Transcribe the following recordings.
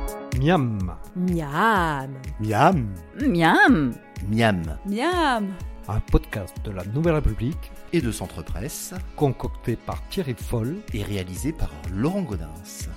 Miam. Miam. Miam. Miam. Miam. Miam. Un podcast de la Nouvelle République, Et de Centre Presse, concocté par Thierry Foll. et réalisé par Laurent Gaudens.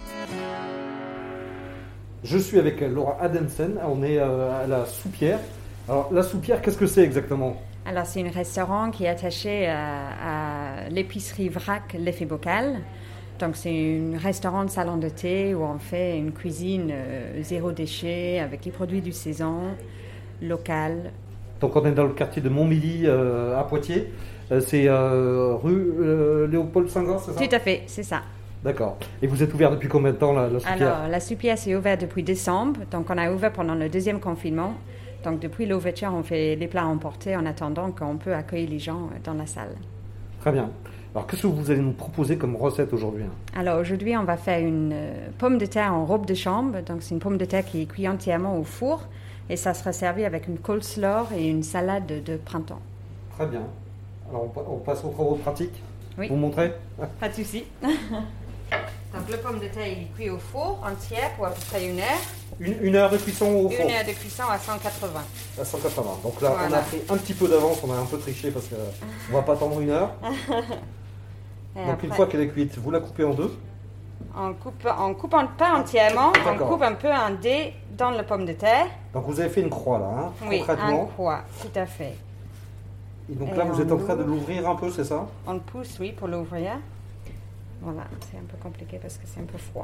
Je suis avec Laura Adensen, on est à la Soupière. Alors la Soupière, qu'est-ce que c'est exactement ? Alors, c'est un restaurant qui est attaché à l'épicerie Vrac, l'effet bocal. Donc, c'est un restaurant de salon de thé où on fait une cuisine zéro déchet avec les produits du saison, local. Donc on est dans le quartier de Montmilly à Poitiers. C'est rue Léopold Senghor, c'est ça ? Tout à fait, c'est ça. D'accord. Et vous êtes ouvert depuis combien de temps la Soupière ? Alors, la Soupière s'est ouverte depuis décembre. Donc, on a ouvert pendant le deuxième confinement. Donc, depuis l'ouverture, on fait les plats emportés en attendant qu'on peut accueillir les gens dans la salle. Très bien. Alors qu'est-ce que vous allez nous proposer comme recette aujourd'hui ? Alors aujourd'hui, on va faire une pomme de terre en robe de chambre. Donc c'est une pomme de terre qui est cuite entièrement au four et ça sera servi avec une coleslaw et une salade de printemps. Très bien. Alors on passe aux travaux pratiques. Oui. Vous montrez ? Pas de souci. Donc la pomme de terre est cuite au four entière pour à peu près une heure. Une heure de cuisson au four. Une heure de cuisson à 180. À 180. Donc là, on a Voilà. pris un petit peu d'avance, on a un peu triché parce qu'on va pas attendre une heure. Et Donc après, une fois qu'elle est cuite, vous la coupez en deux. on coupe pas entièrement, on D'accord. coupe un peu un dé dans la pomme de terre. Donc vous avez fait une croix là, hein, Oui, un concrètement. croix, tout à fait. Et donc Et là, vous êtes en train de ouvre. l'ouvrir un peu, c'est ça ? On le pousse, oui, pour l'ouvrir. Voilà, c'est un peu compliqué parce que c'est un peu froid.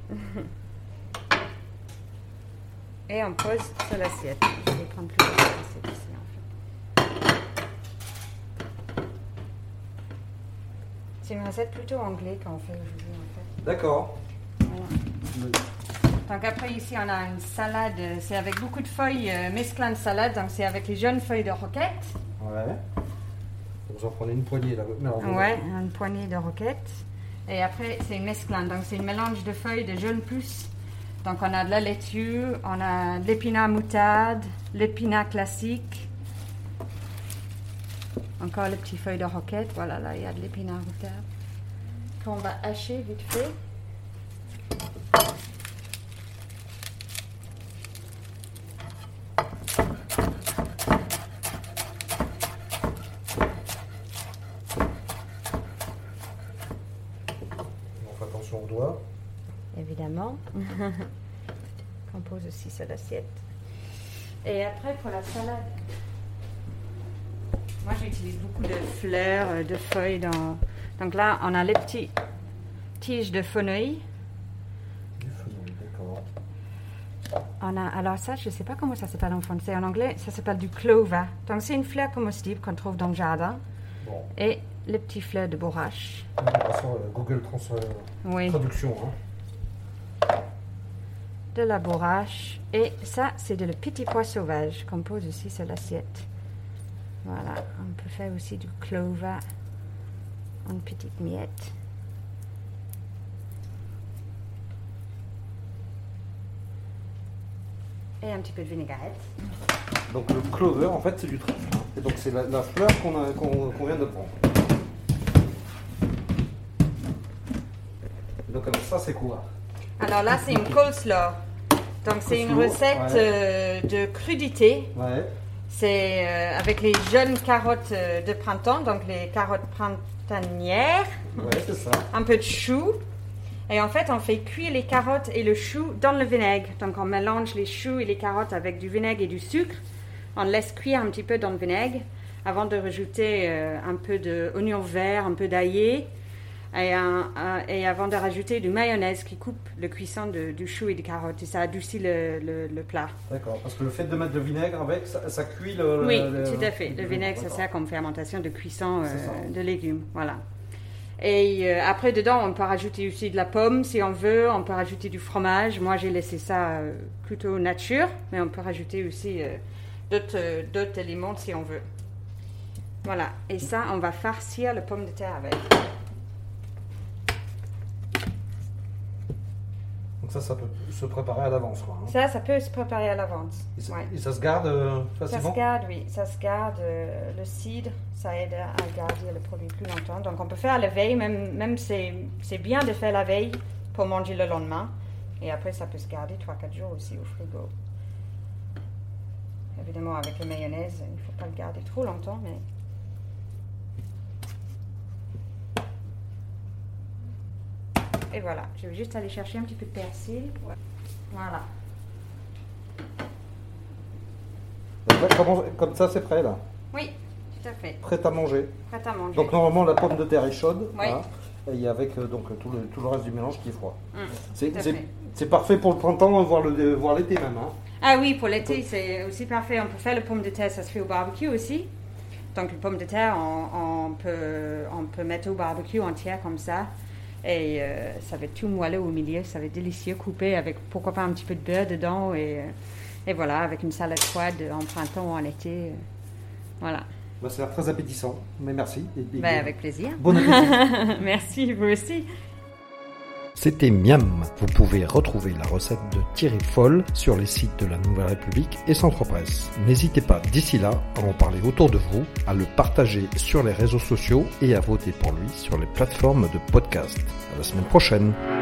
Et on pose sur l'assiette. Je vais prendre plus de l'assiette ici, en fait. C'est une recette plutôt anglaise qu'on fait aujourd'hui, en fait. D'accord. Voilà. Donc après, ici, on a une salade. C'est avec beaucoup de feuilles mesclun de salade. Donc c'est avec les jeunes feuilles de roquette. Ouais. Vous en prenez une poignée là. Non, vous- Ouais, une poignée de roquettes. Et après, c'est une mesclun. Donc, c'est un mélange de feuilles de jeunes pousses. Donc, on a de la laitue, on a de l'épinard moutarde, l'épinard classique. Encore les petites feuilles de roquette. Voilà, là, il y a de l'épinard moutarde. Qu'on va hacher vite fait. On fait attention aux doigts. Évidemment. Qu'on pose aussi sur l'assiette. Et après, pour la salade, moi j'utilise beaucoup de fleurs, de feuilles. Donc là, on a les petits tiges de fenouil. Du fenouil, d'accord. Alors ça, je ne sais pas comment ça s'appelle en français. En anglais, ça s'appelle du clover. Donc c'est une fleur comestible qu'on trouve dans le jardin. Bon. Et les petits fleurs de borrache. De toute façon, Google Oui, Traduction. Hein. de la borrache. Et ça, c'est de le petit pois sauvage qu'on pose aussi sur l'assiette. Voilà, on peut faire aussi du clover en petites miettes. Et un petit peu de vinaigrette. Donc le clover, en fait, c'est du trèfle. Et donc c'est la fleur qu'on vient de prendre. Donc alors, ça, c'est quoi ? Alors là, c'est une coleslaw. Donc c'est une Coleslaw, recette de crudité. Ouais. C'est avec les jeunes carottes de printemps, donc les carottes printanières, Ouais, c'est ça. un peu de chou. Et en fait, on fait cuire les carottes et le chou dans le vinaigre. Donc on mélange les choux et les carottes avec du vinaigre et du sucre. On laisse cuire un petit peu dans le vinaigre avant de rajouter un peu d'oignon vert, un peu d'ail et avant de rajouter du mayonnaise qui coupe le cuisson du chou et des carottes. Et ça adoucit le plat. D'accord. Parce que le fait de mettre le vinaigre avec, ça cuit Oui, tout à fait. Le vinaigre, ça D'accord. sert comme fermentation de cuisson C'est ça. de légumes. Voilà. Et après, dedans, on peut rajouter aussi de la pomme si on veut. On peut rajouter du fromage. Moi, j'ai laissé ça plutôt nature. Mais on peut rajouter aussi d'autres éléments si on veut. Voilà. Et ça, on va farcir le pomme de terre avec. Donc ça peut se préparer à l'avance, quoi. Hein. Ça peut se préparer à l'avance. Ouais. Et ça se garde Ça facilement ? se garde, oui. Ça se garde. Le cidre, ça aide à garder le produit plus longtemps. Donc, on peut faire la veille, même c'est bien de faire la veille pour manger le lendemain. Et après, ça peut se garder 3-4 jours aussi au frigo. Évidemment, avec la mayonnaise, il ne faut pas le garder trop longtemps, mais... Et voilà, je vais juste aller chercher un petit peu de persil. Voilà. Comme ça, c'est prêt, là. Oui, tout à fait. Prêt à manger. Prêt à manger. Donc, normalement, la pomme de terre est chaude. Oui. Hein, et avec donc, tout le reste du mélange qui est froid. Tout à fait. C'est parfait pour le printemps, voire l'été même. Hein. Ah oui, pour l'été, c'est aussi parfait. On peut faire le pomme de terre, ça se fait au barbecue aussi. Donc, le pomme de terre, on peut mettre au barbecue entière comme ça. Et ça va être tout moelleux au milieu, ça va être délicieux, coupé avec pourquoi pas un petit peu de beurre dedans. Et voilà, avec une salade froide en printemps ou en été. Voilà. Bah, ça a l'air très appétissant, mais merci. Avec plaisir. Bon appétit. Merci, vous aussi. C'était Miam. Vous pouvez retrouver la recette de Thierry Foll sur les sites de la Nouvelle République et Centre Presse. N'hésitez pas d'ici là à en parler autour de vous, à le partager sur les réseaux sociaux et à voter pour lui sur les plateformes de podcast. À la semaine prochaine.